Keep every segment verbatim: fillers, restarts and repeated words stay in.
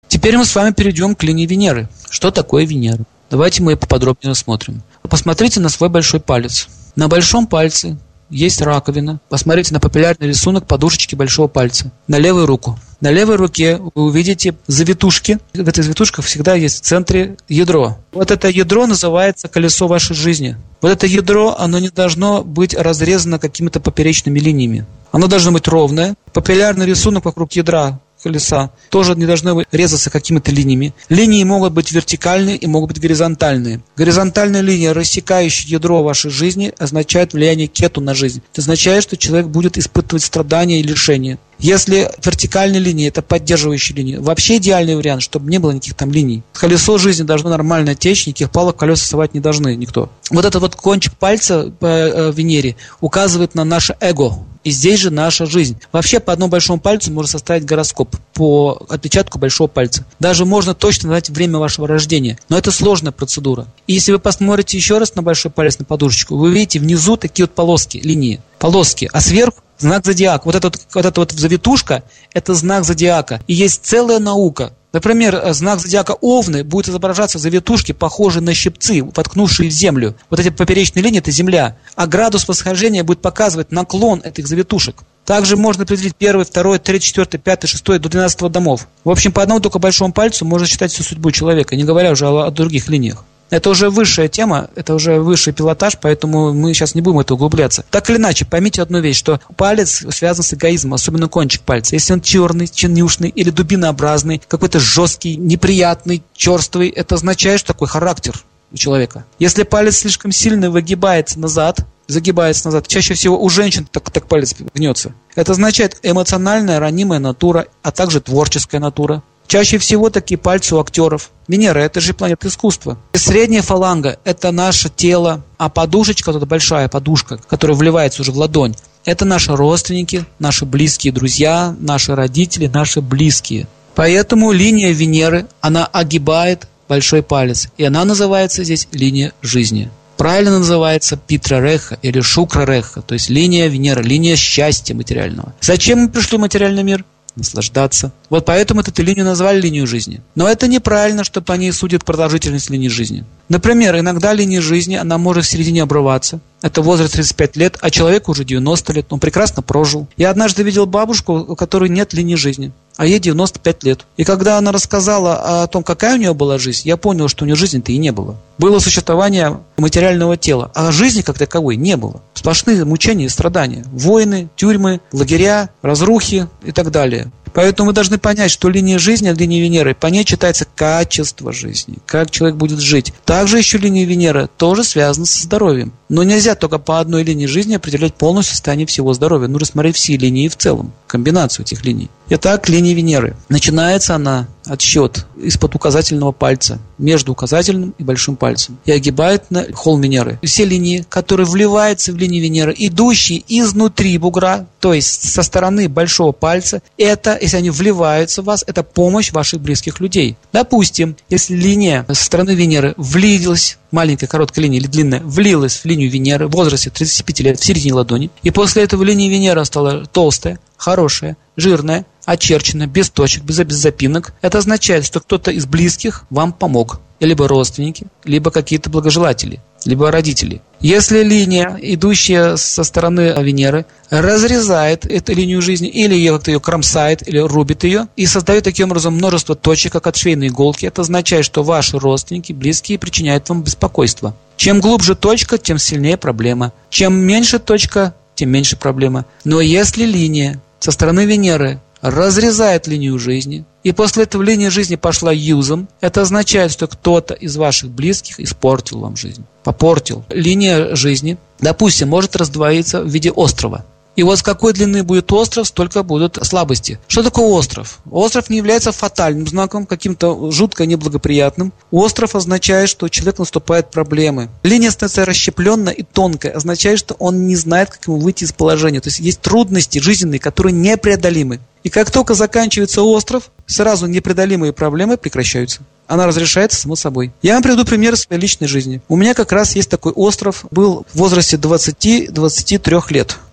Теперь мы с вами перейдем к линии Венеры. Что такое Венера? Давайте мы ее поподробнее рассмотрим. Посмотрите на свой большой палец. На большом пальце есть раковина. Посмотрите на популярный рисунок подушечки большого пальца. На левую руку. На левой руке вы увидите завитушки. В этих завитушках всегда есть в центре ядро. Вот это ядро называется колесо вашей жизни. Вот это ядро, оно не должно быть разрезано какими-то поперечными линиями. Оно должно быть ровное. Популярный рисунок вокруг ядра колеса тоже не должны резаться какими-то линиями. Линии могут быть вертикальные и могут быть горизонтальные. Горизонтальная линия, рассекающая ядро вашей жизни, означает влияние кету на жизнь. Это означает, что человек будет испытывать страдания и лишения. Если вертикальная линия – это поддерживающая линия, вообще идеальный вариант, чтобы не было никаких там линий. Колесо жизни должно нормально течь, никаких палок в колеса совать не должны никто. Вот этот вот кончик пальца по Венере указывает на наше эго. И здесь же наша жизнь. Вообще по одному большому пальцу можно составить гороскоп по отпечатку большого пальца. Даже можно точно знать время вашего рождения. Но это сложная процедура. И если вы посмотрите еще раз на большой палец, на подушечку, вы увидите внизу такие вот полоски, линии. Полоски. А сверху знак зодиака. Вот эта вот, вот, эта вот завитушка – это знак зодиака. И есть целая наука. Например, знак зодиака Овны будет изображаться в завитушке, похожей на щипцы, воткнувшие в землю. Вот эти поперечные линии – это Земля. А градус восхождения будет показывать наклон этих завитушек. Также можно определить первый, второй, третий, четвертый, пятый, шестой до двенадцатого домов. В общем, по одному только большому пальцу можно считать всю судьбу человека, не говоря уже о, о других линиях. Это уже высшая тема, это уже высший пилотаж, поэтому мы сейчас не будем в это углубляться. Так или иначе, поймите одну вещь, что палец связан с эгоизмом, особенно кончик пальца. Если он черный, чинюшный или дубинообразный, какой-то жесткий, неприятный, черствый, это означает, что такой характер у человека. Если палец слишком сильно выгибается назад, загибается назад, чаще всего у женщин так, так палец гнется. Это означает эмоциональная, ранимая натура, а также творческая натура. Чаще всего такие пальцы у актеров. Венера – это же планета искусства. Средняя фаланга – это наше тело, а подушечка, вот эта большая подушка, которая вливается уже в ладонь, это наши родственники, наши близкие друзья, наши родители, наши близкие. Поэтому линия Венеры, она огибает большой палец, и она называется здесь линия жизни. Правильно называется Питра-Реха или Шукра-Реха, то есть линия Венеры, линия счастья материального. Зачем мы пришли в материальный мир? Наслаждаться. Вот поэтому эту линию назвали линию жизни. Но это неправильно, что по ней судят продолжительность линии жизни. Например, иногда линия жизни, она может в середине обрываться. Это возраст тридцать пять лет, а человеку уже девяносто лет. Он прекрасно прожил. Я однажды видел бабушку, у которой нет линии жизни, а ей девяносто пять лет. И когда она рассказала о том, какая у нее была жизнь, я понял, что у нее жизни-то и не было. Было существование материального тела, а жизни как таковой не было. Сплошные мучения и страдания. Войны, тюрьмы, лагеря, разрухи и так далее. Поэтому мы должны понять, что линия жизни от линии Венеры, по ней читается качество жизни, как человек будет жить. Также еще линия Венеры тоже связана со здоровьем. Но нельзя только по одной линии жизни определять полностью состояние всего здоровья. Нужно смотреть все линии в целом, комбинацию этих линий. Итак, линия Венеры. Начинается она отсчет из-под указательного пальца, между указательным и большим пальцем, и огибает на холм Венеры. Все линии, которые вливаются в линию Венеры, идущие изнутри бугра, то есть со стороны большого пальца, это, если они вливаются в вас, это помощь ваших близких людей. Допустим, если линия со стороны Венеры влилась, маленькая короткая линия или длинная, влилась в линию Венеры в возрасте тридцати пяти лет в середине ладони, и после этого линия Венеры стала толстая, хорошая, жирная, очерченная, без точек, без, без запинок, это означает, что кто-то из близких вам помог. Либо родственники, либо какие-то благожелатели, либо родители. Если линия, идущая со стороны Венеры, разрезает эту линию жизни, или ее как-то ее кромсает, или рубит ее, и создает таким образом множество точек, как от швейной иголки, это означает, что ваши родственники, близкие причиняют вам беспокойство. Чем глубже точка, тем сильнее проблема. Чем меньше точка, тем меньше проблема. Но если линия со стороны Венеры разрезает линию жизни, и после этого линия жизни пошла юзом, это означает, что кто-то из ваших близких испортил вам жизнь, попортил. Линия жизни, допустим, может раздвоиться в виде острова. И вот с какой длины будет остров, столько будут слабости. Что такое остров? Остров не является фатальным знаком, каким-то жутко неблагоприятным. Остров означает, что у человека наступают проблемы. Линия становится расщепленная и тонкая, означает, что он не знает, как ему выйти из положения. То есть есть трудности жизненные, которые непреодолимы. И как только заканчивается остров, сразу непреодолимые проблемы прекращаются. Она разрешается само собой. Я вам приведу пример своей личной жизни. У меня как раз есть такой остров, был в возрасте двадцати-двадцати трёх лет.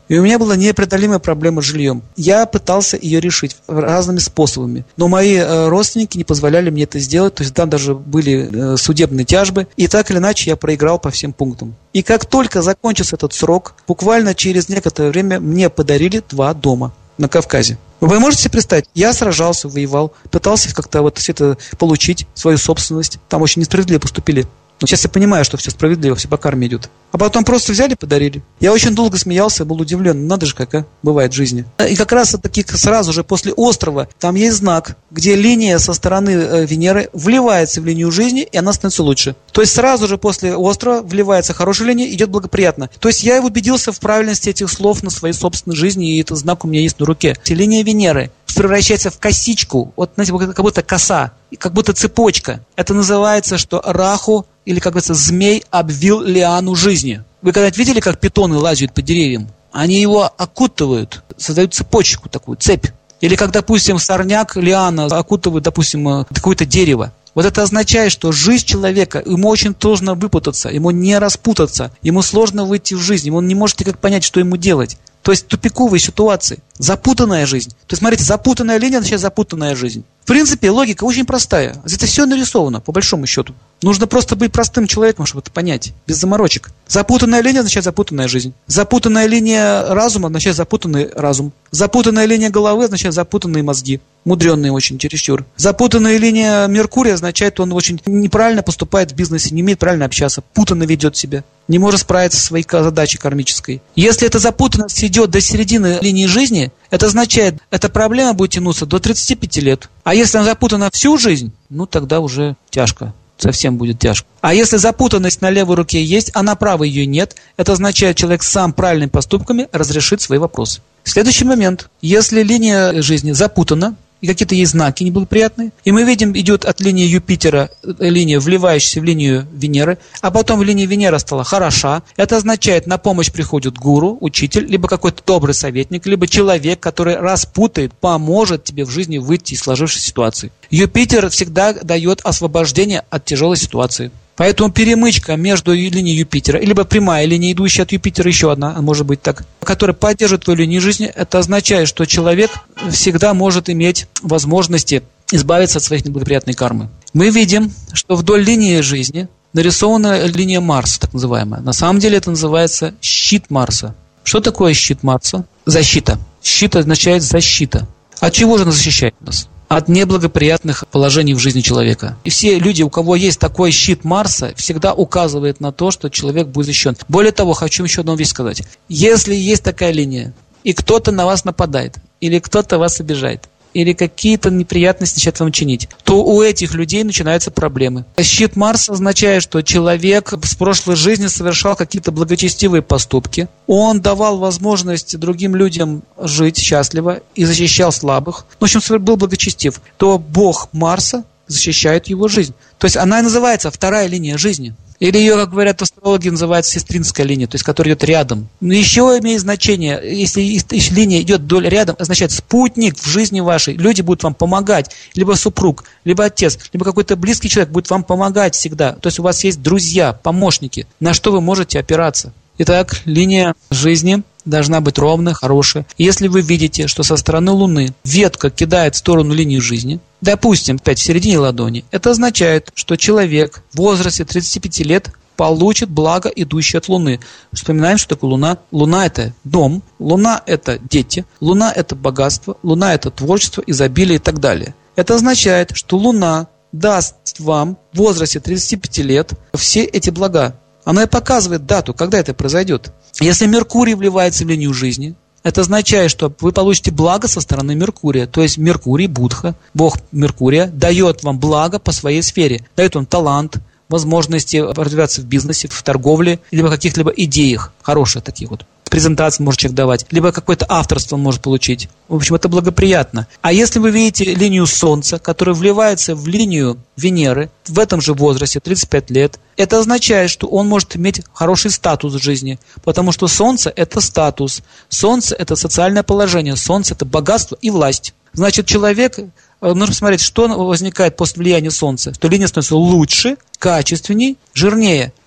И у меня была непреодолимая проблема с жильем. Я пытался ее решить разными способами. Но мои э, родственники не позволяли мне это сделать. То есть там даже были э, судебные тяжбы. И так или иначе я проиграл по всем пунктам. И как только закончился этот срок, буквально через некоторое время мне подарили два дома на Кавказе. Вы можете себе представить, я сражался, воевал, пытался как-то вот все это получить, свою собственность. Там очень несправедливо поступили. Но сейчас я понимаю, что все справедливо, все по карме идет. А потом просто взяли и подарили. Я очень долго смеялся, был удивлен. Надо же, как а? Бывает в жизни. И как раз таки сразу же после острова там есть знак, где линия со стороны э, Венеры вливается в линию жизни, и она становится лучше. То есть сразу же после острова вливается хорошая линия, идет благоприятно. То есть я убедился в правильности этих слов на своей собственной жизни, и этот знак у меня есть на руке. Линия Венеры превращается в косичку, вот, знаете, как будто коса, как будто цепочка. Это называется, что Раху, или, как говорится, змей обвил лиану жизни. Вы когда-нибудь видели, как питоны лазят по деревьям? Они его окутывают, создают цепочку такую, цепь. Или как, допустим, сорняк, лиана окутывает, допустим, какое-то дерево. Вот это означает, что жизнь человека, ему очень сложно выпутаться, ему не распутаться, ему сложно выйти в жизнь, он не может никак понять, что ему делать. То есть тупиковые ситуации, запутанная жизнь. То есть, смотрите, запутанная линия означает запутанная жизнь. В принципе, логика очень простая. Это все нарисовано, по большому счету. Нужно просто быть простым человеком, чтобы это понять, без заморочек. Запутанная линия означает запутанная жизнь. Запутанная линия разума означает запутанный разум. Запутанная линия головы означает запутанные мозги. Мудренные очень, чересчур. Запутанная линия Меркурия означает, что он очень неправильно поступает в бизнесе, не умеет правильно общаться, путанно ведет себя, не может справиться со своей задачей кармической. Если эта запутанность идет до середины линии жизни, это означает, эта проблема будет тянуться до тридцати пяти лет. А если она запутана всю жизнь, ну тогда уже тяжко. Совсем будет тяжко. А если запутанность на левой руке есть, а на правой ее нет, это означает, человек сам правильными поступками разрешит свои вопросы. Следующий момент. Если линия жизни запутана, и какие-то есть знаки неблагоприятные, и мы видим, идет от линии Юпитера линия, вливающаяся в линию Венеры, а потом линия Венеры стала хороша, это означает, на помощь приходит гуру, учитель, либо какой-то добрый советник, либо человек, который распутает, поможет тебе в жизни выйти из сложившейся ситуации. Юпитер всегда дает освобождение от тяжелой ситуации. Поэтому перемычка между линией Юпитера, либо прямая линия, идущая от Юпитера, еще одна, может быть так, которая поддерживает твою линию жизни, это означает, что человек всегда может иметь возможности избавиться от своих неблагоприятной кармы. Мы видим, что вдоль линии жизни нарисована линия Марса, так называемая. На самом деле это называется щит Марса. Что такое щит Марса? Защита. Щит означает защита. От чего же она защищает нас? От неблагоприятных положений в жизни человека. И все люди, у кого есть такой щит Марса, всегда указывает на то, что человек будет защищен. Более того, хочу еще одну вещь сказать. Если есть такая линия, и кто-то на вас нападает, или кто-то вас обижает, или какие-то неприятности начинают вам чинить, то у этих людей начинаются проблемы. Щит Марса означает, что человек с прошлой жизни совершал какие-то благочестивые поступки. Он давал возможность другим людям жить счастливо и защищал слабых. В общем, был благочестив. То Бог Марса защищает его жизнь. То есть она и называется вторая линия жизни. Или ее, как говорят астрологи, называется сестринская линия, то есть которая идет рядом. Но еще имеет значение, если линия идет вдоль рядом, означает спутник в жизни вашей. Люди будут вам помогать, либо супруг, либо отец, либо какой-то близкий человек будет вам помогать всегда. То есть у вас есть друзья, помощники, на что вы можете опираться. Итак, линия жизни должна быть ровная, хорошая. И если вы видите, что со стороны Луны ветка кидает в сторону линии жизни, допустим, опять в середине ладони, это означает, что человек в возрасте тридцати пяти лет получит благо, идущее от Луны. Вспоминаем, что такое Луна. Луна – это дом, Луна – это дети, Луна – это богатство, Луна – это творчество, изобилие и так далее. Это означает, что Луна даст вам в возрасте тридцати пяти лет все эти блага. Она и показывает дату, когда это произойдет. Если Меркурий вливается в линию жизни, это означает, что вы получите благо со стороны Меркурия. То есть Меркурий, Будха, бог Меркурия, дает вам благо по своей сфере. Дает вам талант, возможности развиваться в бизнесе, в торговле, либо каких-либо идеях, хороших таких вот. Презентации может человек давать, либо какое-то авторство он может получить. В общем, это благоприятно. А если вы видите линию Солнца, которая вливается в линию Венеры в этом же возрасте, тридцать пять лет, это означает, что он может иметь хороший статус в жизни, потому что Солнце – это статус, Солнце – это социальное положение, Солнце – это богатство и власть. Значит, человек, нужно посмотреть, что возникает после влияния Солнца, что линия становится лучше, качественней, жирнее.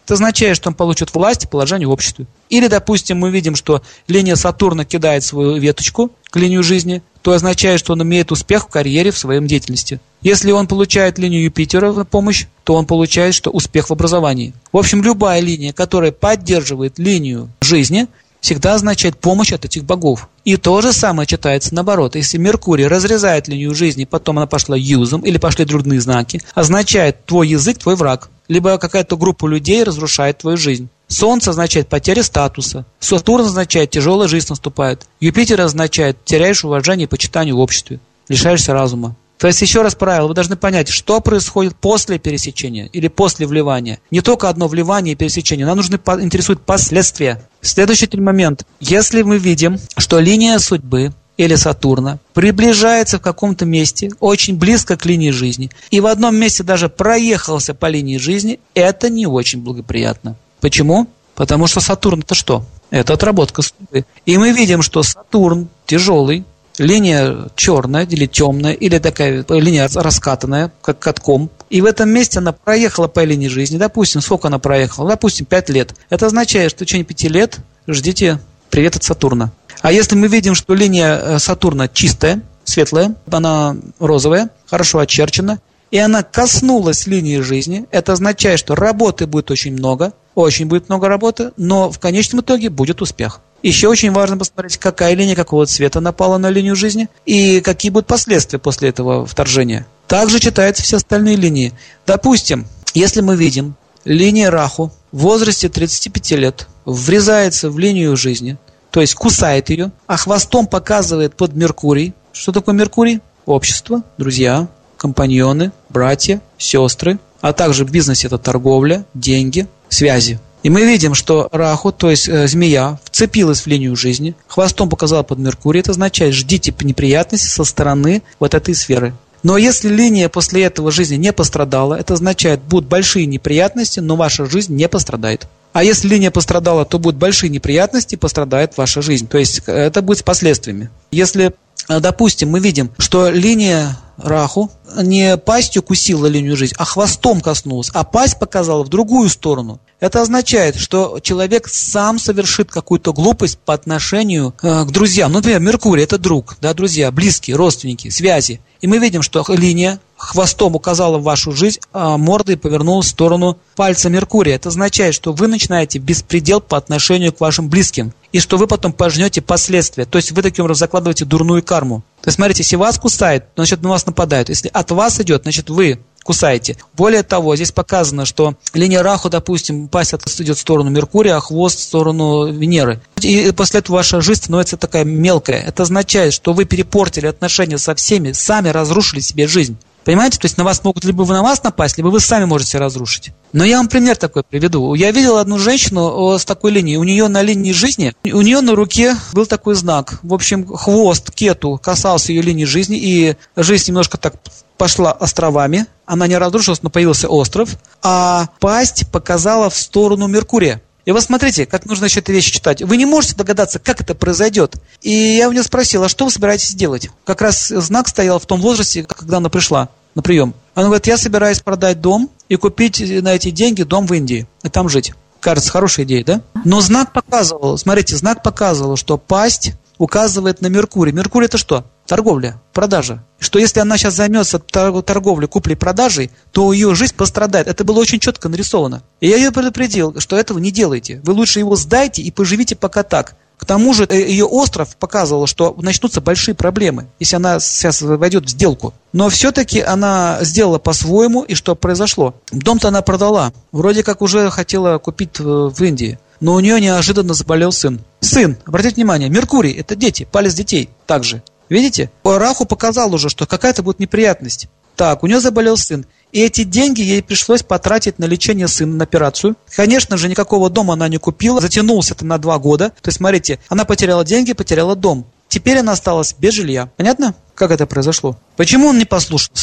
Это означает, что он получит власть и положение в обществе. Или, допустим, мы видим, что линия Сатурна кидает свою веточку к линию жизни, то означает, что он имеет успех в карьере, в своей деятельности. Если он получает линию Юпитера в помощь, то он получает, что успех в образовании. В общем, любая линия, которая поддерживает линию жизни, всегда означает помощь от этих богов. И то же самое читается наоборот. Если Меркурий разрезает линию жизни, потом она пошла юзом, или пошли другие знаки, означает твой язык, твой враг. Либо какая-то группа людей разрушает твою жизнь. Солнце означает потеря статуса. Сатурн означает тяжелая жизнь наступает. Юпитер означает теряешь уважение и почитание в обществе. Лишаешься разума. То есть, еще раз правило, вы должны понять, что происходит после пересечения или после вливания. Не только одно вливание и пересечение, нам нужны, интересуют последствия. Следующий момент. Если мы видим, что линия судьбы или Сатурна приближается в каком-то месте очень близко к линии жизни, и в одном месте даже проехался по линии жизни, это не очень благоприятно. Почему? Потому что Сатурн это что? Это отработка судьбы. И мы видим, что Сатурн тяжелый, линия черная или темная, или такая линия раскатанная, как катком. И в этом месте она проехала по линии жизни. Допустим, сколько она проехала? Допустим, пять лет. Это означает, что в течение пяти лет ждите привет от Сатурна. А если мы видим, что линия Сатурна чистая, светлая, она розовая, хорошо очерчена, и она коснулась линии жизни, это означает, что работы будет очень много, очень будет много работы, но в конечном итоге будет успех. Еще очень важно посмотреть, какая линия какого цвета напала на линию жизни и какие будут последствия после этого вторжения. Также читаются все остальные линии. Допустим, если мы видим, линия Раху в возрасте тридцати пяти лет врезается в линию жизни, то есть кусает ее, а хвостом показывает под Меркурий. Что такое Меркурий? Общество, друзья, компаньоны, братья, сестры, а также в бизнесе это торговля, деньги, связи. И мы видим, что Раху, то есть э, змея, вцепилась в линию жизни, хвостом показала под Меркурий. Это означает, ждите неприятностей со стороны вот этой сферы. Но если линия после этого жизни не пострадала, это означает, будут большие неприятности, но ваша жизнь не пострадает. А если линия пострадала, то будут большие неприятности, пострадает ваша жизнь. То есть это будет с последствиями. Если, допустим, мы видим, что линия Раху не пастью кусила линию жизни, а хвостом коснулась, а пасть показала в другую сторону. Это означает, что человек сам совершит какую-то глупость по отношению э, к друзьям. Ну, например, Меркурий – это друг, да, друзья, близкие, родственники, связи. И мы видим, что линия хвостом указала в вашу жизнь, а мордой повернулась в сторону пальца Меркурия. Это означает, что вы начинаете беспредел по отношению к вашим близким. И что вы потом пожнете последствия. То есть вы таким образом закладываете дурную карму. То есть смотрите, если вас кусает, значит на вас нападают. Если от вас идет, значит вы кусаете. Более того, здесь показано, что линия Раху, допустим, пасть идет в сторону Меркурия, а хвост в сторону Венеры. И после этого ваша жизнь становится такая мелкая. Это означает, что вы перепортили отношения со всеми, сами разрушили себе жизнь. Понимаете? То есть на вас могут либо на вас напасть, либо вы сами можете разрушить. Но я вам пример такой приведу. Я видел одну женщину с такой линией. У нее на линии жизни, у нее на руке был такой знак. В общем, хвост кету касался ее линии жизни, и жизнь немножко так пошла островами. Она не разрушилась, но появился остров. А пасть показала в сторону Меркурия. И вот смотрите, как нужно еще эти вещи читать. Вы не можете догадаться, как это произойдет. И я у нее спросил, а что вы собираетесь делать? Как раз знак стоял в том возрасте, когда она пришла на прием. Она говорит, я собираюсь продать дом и купить на эти деньги дом в Индии и там жить. Кажется, хорошая идея, да? Но знак показывал, смотрите, знак показывал, что пасть указывает на Меркурий. Меркурий это что? Торговля, продажа. Что если она сейчас займется торговлей, куплей-продажей, то ее жизнь пострадает. Это было очень четко нарисовано. И я ее предупредил, что этого не делайте. Вы лучше его сдайте и поживите пока так. К тому же ее остров показывал, что начнутся большие проблемы, если она сейчас войдет в сделку. Но все-таки она сделала по-своему, и что произошло? Дом-то она продала. Вроде как уже хотела купить в Индии. Но у нее неожиданно заболел сын. Сын, обратите внимание, Меркурий – это дети, палец детей также. Видите? Раху показал уже, что какая-то будет неприятность. Так, у нее заболел сын. И эти деньги ей пришлось потратить на лечение сына, на операцию. Конечно же, никакого дома она не купила. Затянулось это на два года. То есть, смотрите, она потеряла деньги, потеряла дом. Теперь она осталась без жилья. Понятно, как это произошло? Почему он не послушался?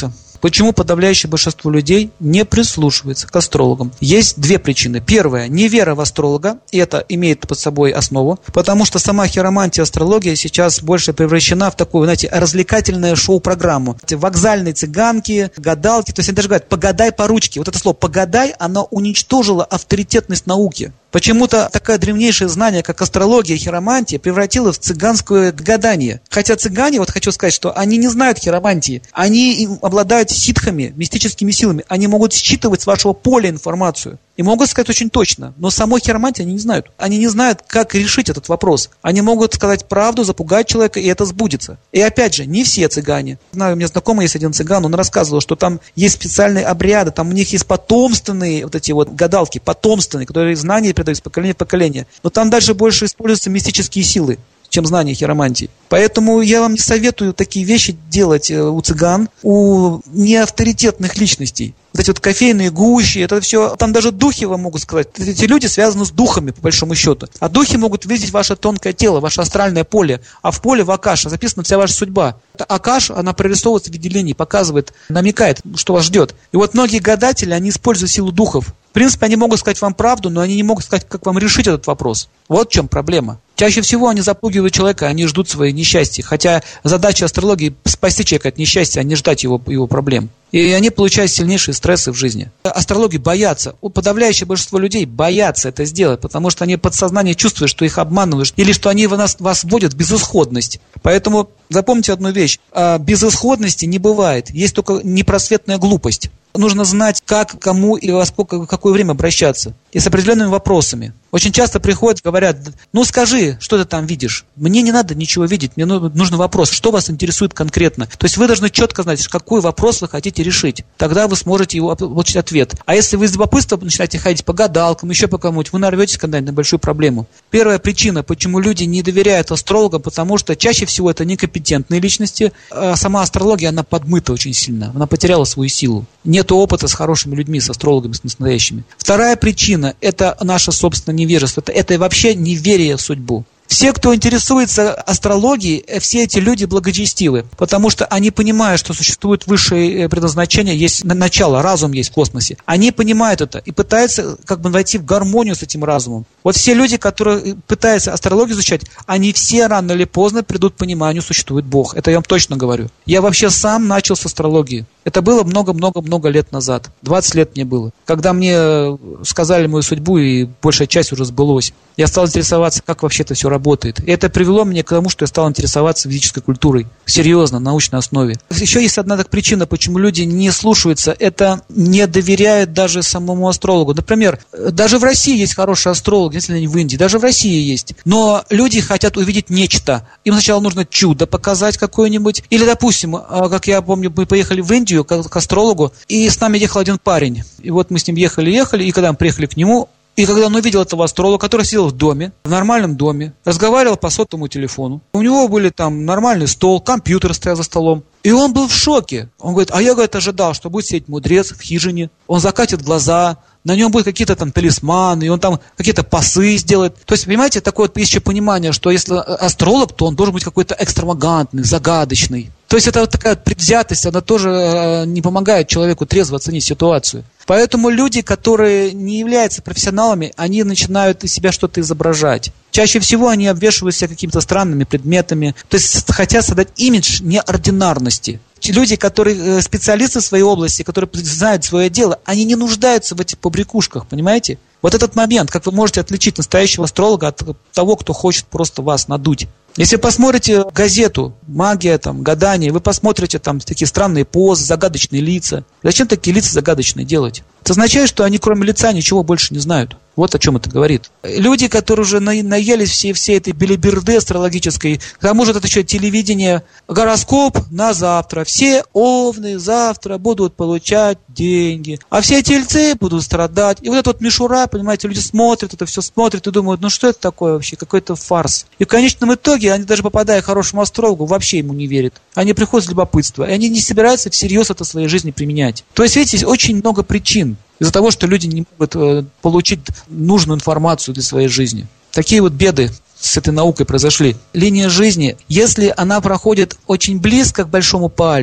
Почему подавляющее большинство людей не прислушивается к астрологам? Есть две причины. Первая – невера в астролога, и это имеет под собой основу, потому что сама хиромантия, астрология сейчас больше превращена в такую, знаете, развлекательное шоу-программу. Вокзальные цыганки, гадалки, то есть они даже говорят «погадай по ручке». Вот это слово «погадай», оно уничтожило авторитетность науки. Почему-то такое древнейшее знание, как астрология, хиромантия, превратилось в цыганское гадание. Хотя цыгане, вот хочу сказать, что они не знают хиромантии. Они обладают ситхами, мистическими силами. Они могут считывать с вашего поля информацию. И могут сказать очень точно. Но самой хиромантии они не знают. Они не знают, как решить этот вопрос. Они могут сказать правду, запугать человека, и это сбудется. И опять же, не все цыгане. Знаю, у меня знакомый есть один цыган, он рассказывал, что там есть специальные обряды, там у них есть потомственные вот эти вот гадалки, потомственные, которые знания передают с поколения в поколение. Но там дальше больше используются мистические силы, чем знания хиромантии. Поэтому я вам не советую такие вещи делать у цыган, у неавторитетных личностей. Вот эти вот кофейные гущи, это все, там даже духи вам могут сказать. Эти люди связаны с духами, по большому счету. А духи могут видеть ваше тонкое тело, ваше астральное поле. А в поле, в Акаше, записана вся ваша судьба. Акаш, она прорисовывается в виде линий, показывает, намекает, что вас ждет. И вот многие гадатели, они используют силу духов. В принципе, они могут сказать вам правду, но они не могут сказать, как вам решить этот вопрос. Вот в чем проблема. Чаще всего они запугивают человека, они ждут свои несчастья. Хотя задача астрологии – спасти человека от несчастья, а не ждать его, его проблем. И они получают сильнейшие стрессы в жизни. Астрологи боятся, подавляющее большинство людей боятся это сделать, потому что они подсознание чувствуют, что их обманывают, или что они вас, вас вводят в безысходность. Поэтому запомните одну вещь. Безысходности не бывает, есть только непросветная глупость. Нужно знать, как, кому и во сколько, в какое время обращаться. И с определенными вопросами. Очень часто приходят, говорят, ну скажи, что ты там видишь. Мне не надо ничего видеть, мне нужен вопрос, что вас интересует конкретно. То есть вы должны четко знать, какой вопрос вы хотите решить. Тогда вы сможете его получить ответ. А если вы из любопытства начинаете ходить по гадалкам, еще по кому-нибудь, вы нарветесь когда-нибудь на большую проблему. Первая причина, почему люди не доверяют астрологам, потому что чаще всего это некомпетентные личности. А сама астрология, она подмыта очень сильно, она потеряла свою силу. Нет опыта с хорошими людьми, с астрологами, с настоящими. Вторая причина – это наше собственное невежество. Это, это вообще неверие в судьбу. Все, кто интересуется астрологией, все эти люди благочестивы, потому что они понимают, что существует высшее предназначение, есть начало, разум есть в космосе. Они понимают это и пытаются как бы войти в гармонию с этим разумом. Вот все люди, которые пытаются астрологию изучать, они все рано или поздно придут к пониманию, существует Бог. Это я вам точно говорю. Я вообще сам начал с астрологии. Это было много-много-много лет назад. двадцать лет мне было. Когда мне сказали мою судьбу, и большая часть уже сбылось, я стал интересоваться, как вообще это все работает. И это привело меня к тому, что я стал интересоваться физической культурой. Серьезно, на научной основе. Еще есть одна так причина, почему люди не слушаются. Это не доверяют даже самому астрологу. Например, даже в России есть хорошие астрологи, если не в Индии. Даже в России есть. Но люди хотят увидеть нечто. Им сначала нужно чудо показать какое-нибудь. Или, допустим, как я помню, мы поехали в Индию к, к астрологу, и с нами ехал один парень. И вот мы с ним ехали-ехали, и когда мы приехали к нему, и когда он увидел этого астролога, который сидел в доме, в нормальном доме, разговаривал по сотовому телефону, у него были там нормальный стол, компьютер стоял за столом, и он был в шоке. Он говорит, а я, говорит, ожидал, что будет сидеть мудрец в хижине, он закатит глаза, на нем будут какие-то там талисманы, и он там какие-то пасы сделает. То есть, понимаете, такое вот еще понимание, что если астролог, то он должен быть какой-то экстравагантный, загадочный. То есть это вот такая предвзятость, она тоже э, не помогает человеку трезво оценить ситуацию. Поэтому люди, которые не являются профессионалами, они начинают из себя что-то изображать. Чаще всего они обвешивают себя какими-то странными предметами, то есть хотят создать имидж неординарности. Люди, которые специалисты в своей области, которые знают свое дело, они не нуждаются в этих побрякушках, понимаете? Вот этот момент, как вы можете отличить настоящего астролога от того, кто хочет просто вас надуть. Если посмотрите газету «Магия», там, «Гадание», вы посмотрите там такие странные позы, загадочные лица. Зачем такие лица загадочные делать? Это означает, что они кроме лица ничего больше не знают. Вот о чем это говорит. Люди, которые уже наелись всей, всей этой белиберды астрологической, к тому же это еще телевидение, гороскоп на завтра. Все овны завтра будут получать деньги, а все тельцы будут страдать. И вот эта вот мишура, понимаете, люди смотрят, это все смотрят и думают, ну что это такое вообще, какой-то фарс. И в конечном итоге они даже попадая к хорошему астрологу, вообще ему не верят. Они приходят с любопытства, и они не собираются всерьез это в своей жизни применять. То есть, видите, очень много причин. Из-за того, что люди не могут э, получить нужную информацию для своей жизни. Такие вот беды с этой наукой произошли. Линия жизни, если она проходит очень близко к большому пальцу,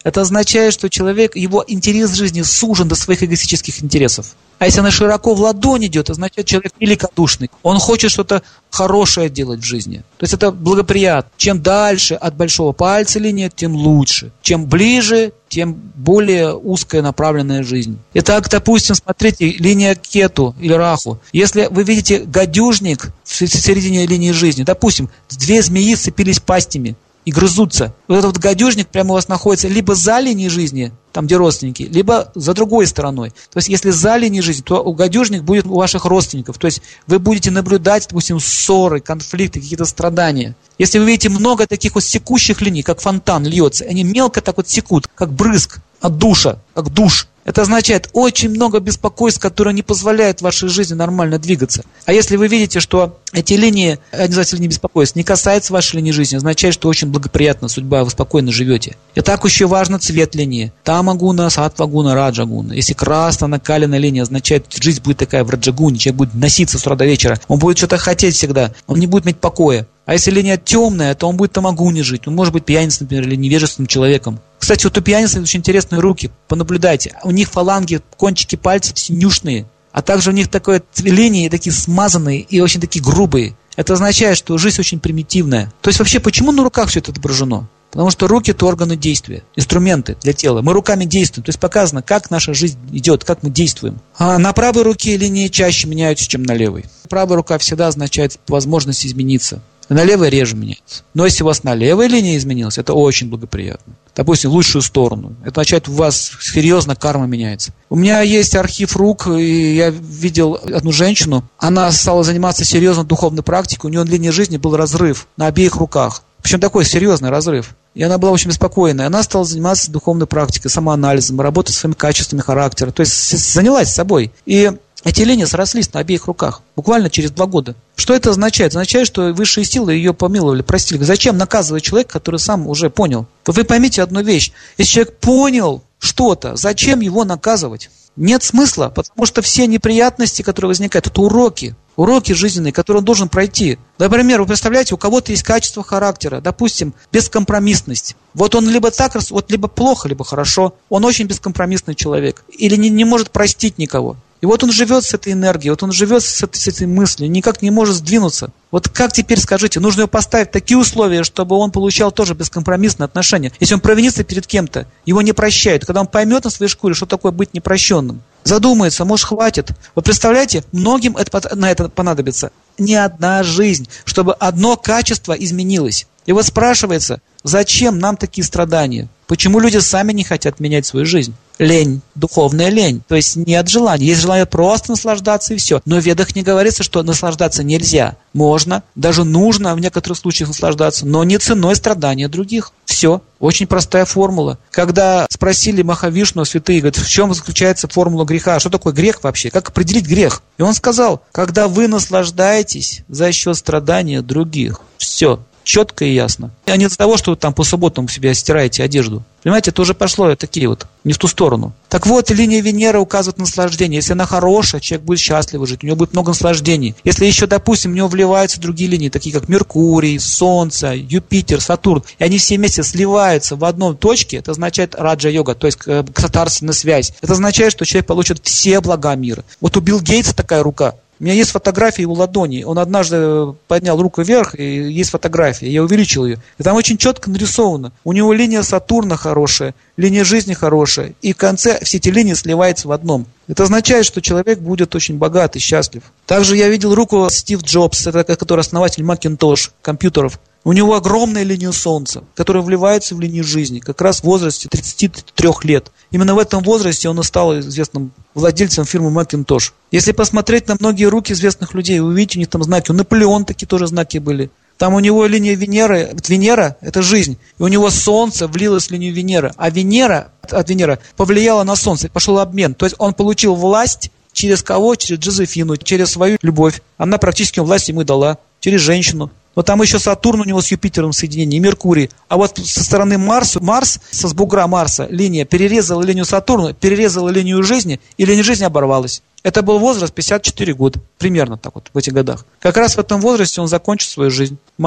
это означает, что человек, его интерес жизни сужен до своих эгоистических интересов. А если она широко в ладонь идет, означает, человек великодушный. Он хочет что-то хорошее делать в жизни. То есть это благоприятно. Чем дальше от большого пальца линия, тем лучше. Чем ближе, тем более узкая направленная жизнь. Итак, допустим, смотрите, линия Кету или Раху. Если вы видите гадюжник в середине линии жизни, допустим, две змеи сцепились пастями и грызутся. Вот этот вот гадюжник прямо у вас находится либо за линией жизни, там где родственники, либо за другой стороной. То есть если за линией жизни, то гадюжник будет у ваших родственников. То есть вы будете наблюдать, допустим, ссоры, конфликты, какие-то страдания. Если вы видите много таких вот секущих линий, как фонтан льется, они мелко так вот секут, как брызг от душа, как душ. Это означает очень много беспокойств, которые не позволяют вашей жизни нормально двигаться. А если вы видите, что эти линии, они называются линии беспокойств, не касаются вашей линии жизни, означает, что очень благоприятна судьба, вы спокойно живете. И так еще важно цвет линии. Тамагуна, сатвагуна, раджагуна. Если красно накаленная линия, означает, что жизнь будет такая в раджагуне, человек будет носиться с утра до вечера, он будет что-то хотеть всегда, он не будет иметь покоя. А если линия темная, то он будет в тамагуне жить. Он может быть пьяницей, например, или невежественным человеком. Кстати, вот у пьяницы очень интересные руки. Понаблюдайте. У них фаланги, кончики пальцев синюшные. А также у них такое линии такие смазанные и очень такие грубые. Это означает, что жизнь очень примитивная. То есть вообще, почему на руках все это отображено? Потому что руки – это органы действия, инструменты для тела. Мы руками действуем. То есть показано, как наша жизнь идет, как мы действуем. А на правой руке линии чаще меняются, чем на левой. Правая рука всегда означает возможность измениться. На левой реже меняется. Но если у вас на левой линии изменилось, это очень благоприятно. Допустим, в лучшую сторону. Это означает, у вас серьезно карма меняется. У меня есть архив рук, и я видел одну женщину. Она стала заниматься серьезно духовной практикой. У нее линия жизни был разрыв на обеих руках. Причем такой серьезный разрыв. И она была очень беспокойна. Она стала заниматься духовной практикой, самоанализом, работать со своими качествами характера. То есть занялась собой. И эти линии срослись на обеих руках. Буквально через два года. Что это означает? Это означает, что высшие силы ее помиловали, простили. Зачем наказывать человека, который сам уже понял? Вы поймите одну вещь. Если человек понял что-то, зачем его наказывать? Нет смысла, потому что все неприятности, которые возникают, это уроки. Уроки жизненные, которые он должен пройти. Например, вы представляете, у кого-то есть качество характера, допустим, бескомпромиссность. Вот он либо так, вот либо плохо, либо хорошо. Он очень бескомпромиссный человек. Или не, не может простить никого. И вот он живет с этой энергией, вот он живет с этой, с этой мыслью, никак не может сдвинуться. Вот как теперь, скажите, нужно его поставить такие условия, чтобы он получал тоже бескомпромиссное отношение. Если он провинится перед кем-то, его не прощают. Когда он поймет на своей шкуре, что такое быть непрощенным, задумается, может, хватит. Вы представляете, многим это, на это понадобится не одна жизнь, чтобы одно качество изменилось. И вот спрашивается, зачем нам такие страдания? Почему люди сами не хотят менять свою жизнь? Лень, духовная лень. То есть нет желания. Есть желание просто наслаждаться и все. Но в Ведах не говорится, что наслаждаться нельзя. Можно, даже нужно в некоторых случаях наслаждаться, но не ценой страдания других. Все. Очень простая формула. Когда спросили Махавишну, святые, говорят, в чем заключается формула греха? Что такое грех вообще? Как определить грех? И он сказал, когда вы наслаждаетесь за счет страдания других. Все. Четко и ясно. А не из-за того, что вы там по субботам себе стираете одежду. Понимаете, это уже пошло такие вот, не в ту сторону. Так вот, линия Венеры указывает на наслаждение. Если она хорошая, человек будет счастливо жить, у него будет много наслаждений. Если еще, допустим, в него вливаются другие линии, такие как Меркурий, Солнце, Юпитер, Сатурн, и они все вместе сливаются в одной точке, это означает раджа-йога, то есть катарсисная связь. Это означает, что человек получит все блага мира. Вот у Билла Гейтса такая рука. У меня есть фотография его ладони. Он однажды поднял руку вверх, и есть фотография. Я увеличил ее. И там очень четко нарисовано. У него линия Сатурна хорошая, линия жизни хорошая. И в конце все эти линии сливаются в одном. Это означает, что человек будет очень богат и счастлив. Также я видел руку Стив Джобс, это который основатель Macintosh, компьютеров. У него огромная линия Солнца, которая вливается в линию жизни, как раз в возрасте тридцати трёх лет. Именно в этом возрасте он и стал известным владельцем фирмы Macintosh. Если посмотреть на многие руки известных людей, вы увидите, у них там знаки. У Наполеона такие тоже знаки были. Там у него линия Венеры, Венера – это жизнь. И у него Солнце влилось в линию Венеры. А Венера, от Венеры повлияла на Солнце, пошел обмен. То есть он получил власть через кого? Через Джозефину, через свою любовь. Она практически власть ему и дала, через женщину. Но там еще Сатурн у него с Юпитером соединение, и Меркурий. А вот со стороны Марса, Марс, с бугра Марса, линия перерезала линию Сатурна, перерезала линию жизни, и линия жизни оборвалась. Это был возраст пятьдесят четыре года, примерно так вот, в этих годах. Как раз в этом возрасте он закончит свою жизнь, Марс.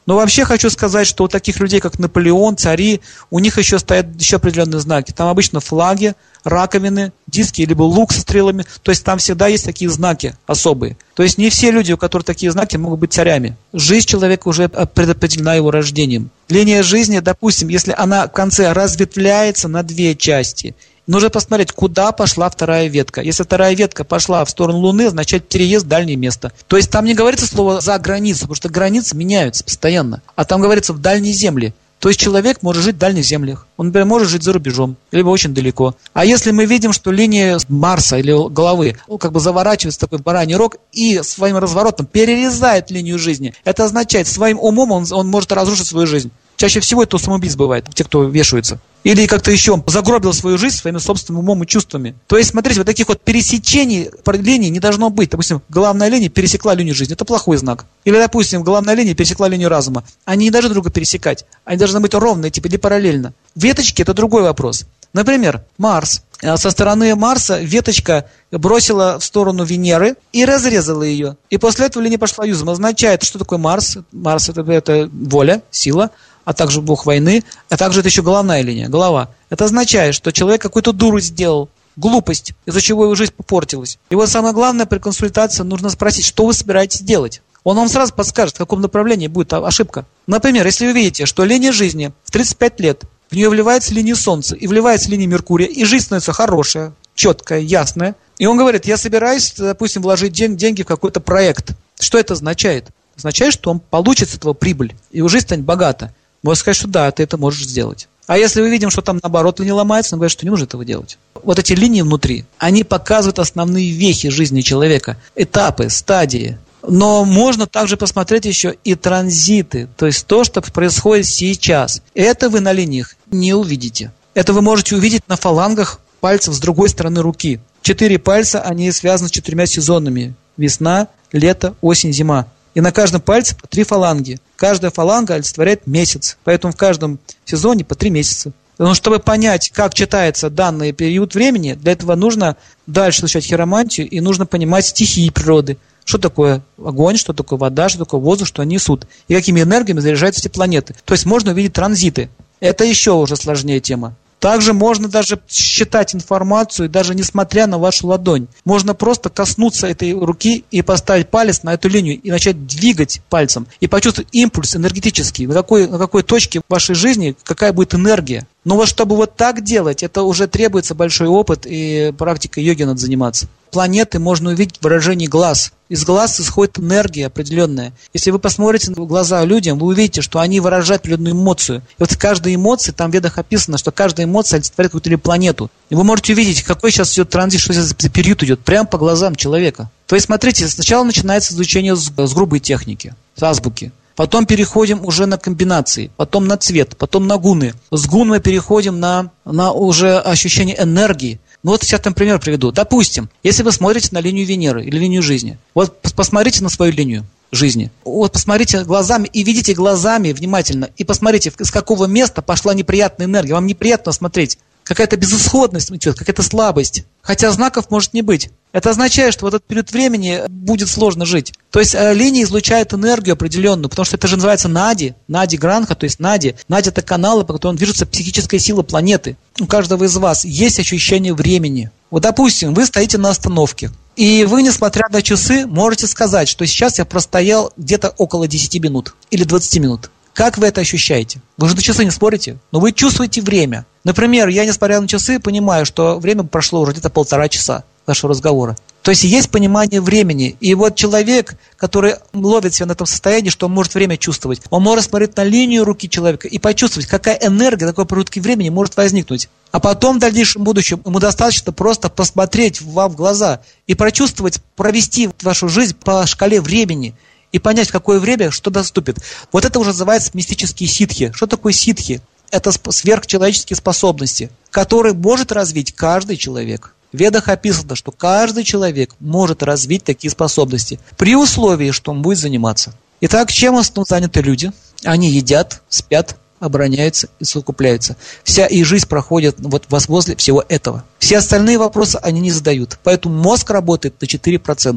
Но вообще хочу сказать, что у таких людей, как Наполеон, цари, у них еще стоят еще определенные знаки. Там обычно флаги, раковины, диски, либо лук со стрелами. То есть там всегда есть такие знаки особые. То есть не все люди, у которых такие знаки, могут быть царями. Жизнь человека уже предопределена его рождением. Линия жизни, допустим, если она в конце разветвляется на две части, нужно посмотреть, куда пошла вторая ветка. Если вторая ветка пошла в сторону Луны, означает переезд в дальнее место. То есть там не говорится слово «за границу», потому что границы меняются постоянно. А там говорится «в дальней земле». То есть человек может жить в дальних землях. Он, например, может жить за рубежом, либо очень далеко. А если мы видим, что линия Марса или головы ну, как бы заворачивается в такой бараний рог и своим разворотом перерезает линию жизни, это означает, своим умом он, он может разрушить свою жизнь. Чаще всего это у самоубийц бывает, те, кто вешаются. Или как-то еще загробил свою жизнь своими собственным умом и чувствами. То есть, смотрите, вот таких вот пересечений линий не должно быть. Допустим, главная линия пересекла линию жизни. Это плохой знак. Или, допустим, главная линия пересекла линию разума. Они не должны друг друга пересекать. Они должны быть ровные, типа, или параллельно. Веточки – это другой вопрос. Например, Марс. Со стороны Марса веточка бросила в сторону Венеры и разрезала ее. И после этого линия пошла юзом. Означает, что такое Марс? Марс это, – это воля, сила, а также бог войны, а также это еще головная линия, голова. Это означает, что человек какую-то дуру сделал, глупость, из-за чего его жизнь попортилась. И вот самое главное при консультации нужно спросить, что вы собираетесь делать. Он вам сразу подскажет, в каком направлении будет ошибка. Например, если вы видите, что линия жизни в тридцать пять лет, в нее вливается линия Солнца и вливается линия Меркурия, и жизнь становится хорошая, четкая, ясная. И он говорит, я собираюсь, допустим, вложить ден- деньги в какой-то проект. Что это означает? Означает, что он получит с этого прибыль, и его жизнь станет богата. Можно сказать, что да, ты это можешь сделать. А если мы видим, что там наоборот линия ломается, он говорит, что не нужно этого делать. Вот эти линии внутри, они показывают основные вехи жизни человека, этапы, стадии. Но можно также посмотреть еще и транзиты, то есть то, что происходит сейчас. Это вы на линиях не увидите. Это вы можете увидеть на фалангах пальцев с другой стороны руки. Четыре пальца, они связаны с четырьмя сезонами. Весна, лето, осень, зима. И на каждом пальце по три фаланги. Каждая фаланга олицетворяет месяц. Поэтому в каждом сезоне по три месяца. Но чтобы понять, как читается данный период времени, для этого нужно дальше изучать хиромантию и нужно понимать стихии природы. Что такое огонь, что такое вода, что такое воздух, что они несут. И какими энергиями заряжаются эти планеты. То есть можно увидеть транзиты. Это еще уже сложнее тема. Также можно даже считать информацию, даже несмотря на вашу ладонь. Можно просто коснуться этой руки и поставить палец на эту линию и начать двигать пальцем. И почувствовать импульс энергетический, на какой, на какой точке в вашей жизни какая будет энергия. Но вот чтобы вот так делать, это уже требуется большой опыт и практикой йоги надо заниматься. Планеты можно увидеть в выражении глаз. Из глаз исходит энергия определенная. Если вы посмотрите в глаза людям, вы увидите, что они выражают определенную эмоцию. И вот в каждой эмоции, там в ведах описано, что каждая эмоция олицетворяет какую-то планету. И вы можете увидеть, какой сейчас идет транзит, что за период идет, прямо по глазам человека. То есть, смотрите, сначала начинается изучение с, с грубой техники, с азбуки. Потом переходим уже на комбинации, потом на цвет, потом на гуны. С гун мы переходим на, на уже ощущение энергии. Ну вот сейчас, например, приведу. Допустим, если вы смотрите на линию Венеры или линию жизни, вот посмотрите на свою линию жизни. Вот посмотрите глазами и видите глазами внимательно. И посмотрите, с какого места пошла неприятная энергия. Вам неприятно смотреть. Какая-то безысходность идет, какая-то слабость. Хотя знаков может не быть. Это означает, что в этот период времени будет сложно жить. То есть э, линии излучают энергию определенную, потому что это же называется нади, нади гранха, то есть нади. Нади – это каналы, по которым движется психическая сила планеты. У каждого из вас есть ощущение времени. Вот, допустим, вы стоите на остановке, и вы, несмотря на часы, можете сказать, что сейчас я простоял где-то около десяти минут или двадцати минут. Как вы это ощущаете? Вы же на часы не спорите, но вы чувствуете время. Например, я, несмотря на часы, понимаю, что время прошло уже где-то полтора часа нашего разговора. То есть есть понимание времени. И вот человек, который ловит себя на этом состоянии, что он может время чувствовать, он может смотреть на линию руки человека и почувствовать, какая энергия такой промежутки времени может возникнуть. А потом в дальнейшем будущем ему достаточно просто посмотреть вам в глаза и прочувствовать, провести вашу жизнь по шкале времени и понять, в какое время что доступит. Вот это уже называется мистические ситхи. Что такое ситхи? Это сверхчеловеческие способности, которые может развить каждый человек. В ведах описано, что каждый человек может развить такие способности, при условии, что он будет заниматься. Итак, чем в основном заняты люди? Они едят, спят, обороняются и совокупляются. Вся их жизнь проходит вот возле всего этого. Все остальные вопросы они не задают. Поэтому мозг работает на четыре процента.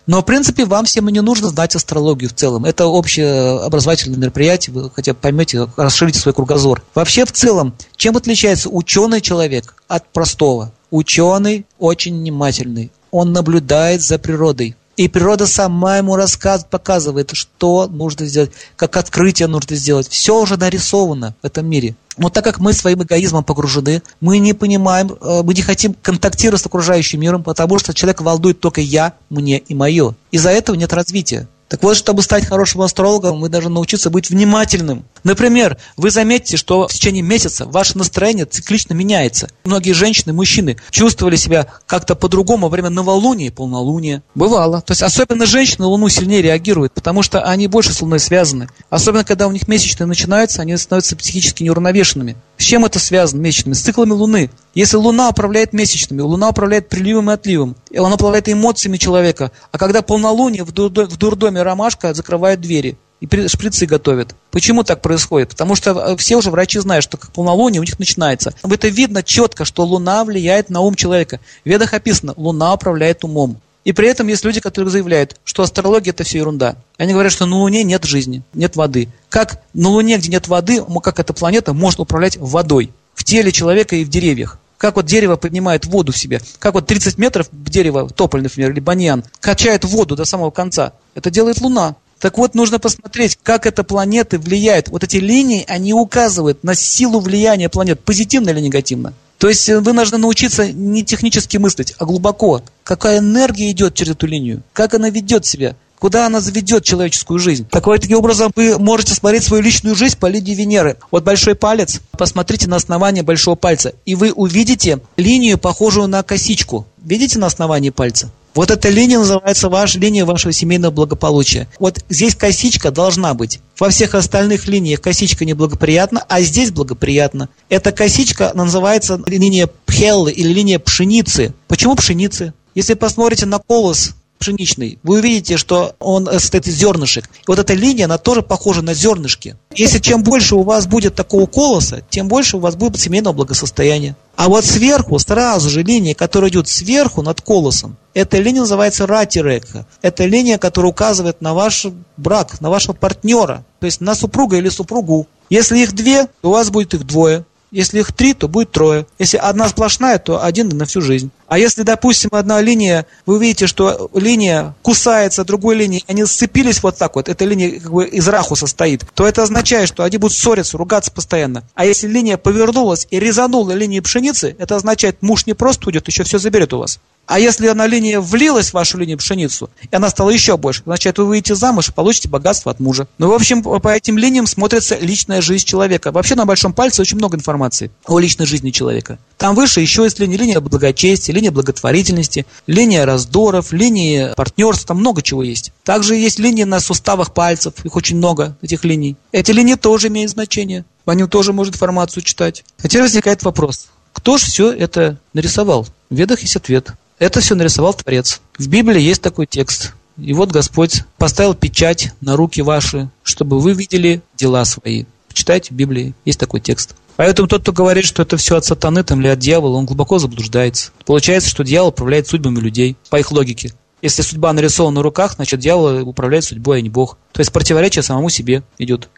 Но, в принципе, вам всем и не нужно знать астрологию в целом. Это общее образовательное мероприятие, вы хотя бы поймете, расширите свой кругозор. Вообще, в целом, чем отличается ученый человек от простого? Ученый очень внимательный. Он наблюдает за природой. И природа сама ему рассказывает, показывает, что нужно сделать, как открытие нужно сделать. Все уже нарисовано в этом мире. Но так как мы своим эгоизмом погружены, мы не понимаем, мы не хотим контактировать с окружающим миром, потому что человек волнует только я, мне и мое. Из-за этого нет развития. Так вот, чтобы стать хорошим астрологом, мы должны научиться быть внимательным. Например, вы заметите, что в течение месяца ваше настроение циклично меняется. Многие женщины, мужчины чувствовали себя как-то по-другому во время новолуния и полнолуния. Бывало. То есть, особенно женщины на Луну сильнее реагируют, потому что они больше с Луной связаны. Особенно, когда у них месячные начинаются, они становятся психически неуравновешенными. С чем это связано месячными? С циклами Луны. Если Луна управляет месячными, Луна управляет приливом и отливом, и она управляет эмоциями человека, а когда полнолуние в дурдоме ромашка закрывает двери и шприцы готовят. Почему так происходит? Потому что все уже врачи знают, что как полнолуние у них начинается. Это видно четко, что Луна влияет на ум человека. В Ведах описано, Луна управляет умом. И при этом есть люди, которые заявляют, что астрология – это все ерунда. Они говорят, что на Луне нет жизни, нет воды. Как на Луне, где нет воды, как эта планета может управлять водой в теле человека и в деревьях? Как вот дерево поднимает воду в себе, как вот тридцать метров дерева, тополь, например, или баньян, качает воду до самого конца. Это делает Луна. Так вот, нужно посмотреть, как эта планета влияет. Вот эти линии, они указывают на силу влияния планет, позитивно или негативно. То есть вы должны научиться не технически мыслить, а глубоко. Какая энергия идет через эту линию, как она ведет себя, куда она заведет человеческую жизнь. Такой, таким образом вы можете смотреть свою личную жизнь по линии Венеры. Вот большой палец, посмотрите на основание большого пальца, и вы увидите линию, похожую на косичку. Видите на основании пальца? Вот эта линия называется ваша линия вашего семейного благополучия. Вот здесь косичка должна быть. Во всех остальных линиях косичка неблагоприятна, а здесь благоприятна. Эта косичка называется линия Пхеллы или линия пшеницы. Почему пшеницы? Если посмотрите на колос пшеничный, вы увидите, что он состоит из зернышек. И вот эта линия, она тоже похожа на зернышки. Если чем больше у вас будет такого колоса, тем больше у вас будет семейного благосостояния. А вот сверху, сразу же линия, которая идет сверху над колосом, эта линия называется ратирека. Это линия, которая указывает на ваш брак, на вашего партнера, то есть на супруга или супругу. Если их две, то у вас будет их двое. Если их три, то будет трое. Если одна сплошная, то один на всю жизнь. А если, допустим, одна линия, вы увидите, что линия кусается другой линией, они сцепились вот так вот, эта линия как бы из раху состоит, то это означает, что они будут ссориться, ругаться постоянно. А если линия повернулась и резанула линии пшеницы, это означает, муж не просто уйдет, еще все заберет у вас. А если она линия влилась в вашу линию пшеницу, и она стала еще больше, значит, вы выйдете замуж и получите богатство от мужа. Ну, в общем, по этим линиям смотрится личная жизнь человека. Вообще на большом пальце очень много информации о личной жизни человека. Там выше еще есть линия, линия благочестия, линия благотворительности, линия раздоров, линия партнерства, там много чего есть. Также есть линии на суставах пальцев, их очень много, этих линий. Эти линии тоже имеют значение, по ним тоже можно информацию читать. А теперь возникает вопрос, кто же все это нарисовал? В Ведах есть ответ. Это все нарисовал Творец. В Библии есть такой текст. И вот Господь поставил печать на руки ваши, чтобы вы видели дела свои. Почитайте в Библии, есть такой текст. Поэтому тот, кто говорит, что это все от сатаны там, или от дьявола, он глубоко заблуждается. Получается, что дьявол управляет судьбами людей, по их логике. Если судьба нарисована на руках, значит дьявол управляет судьбой, а не Бог. То есть противоречие самому себе идет.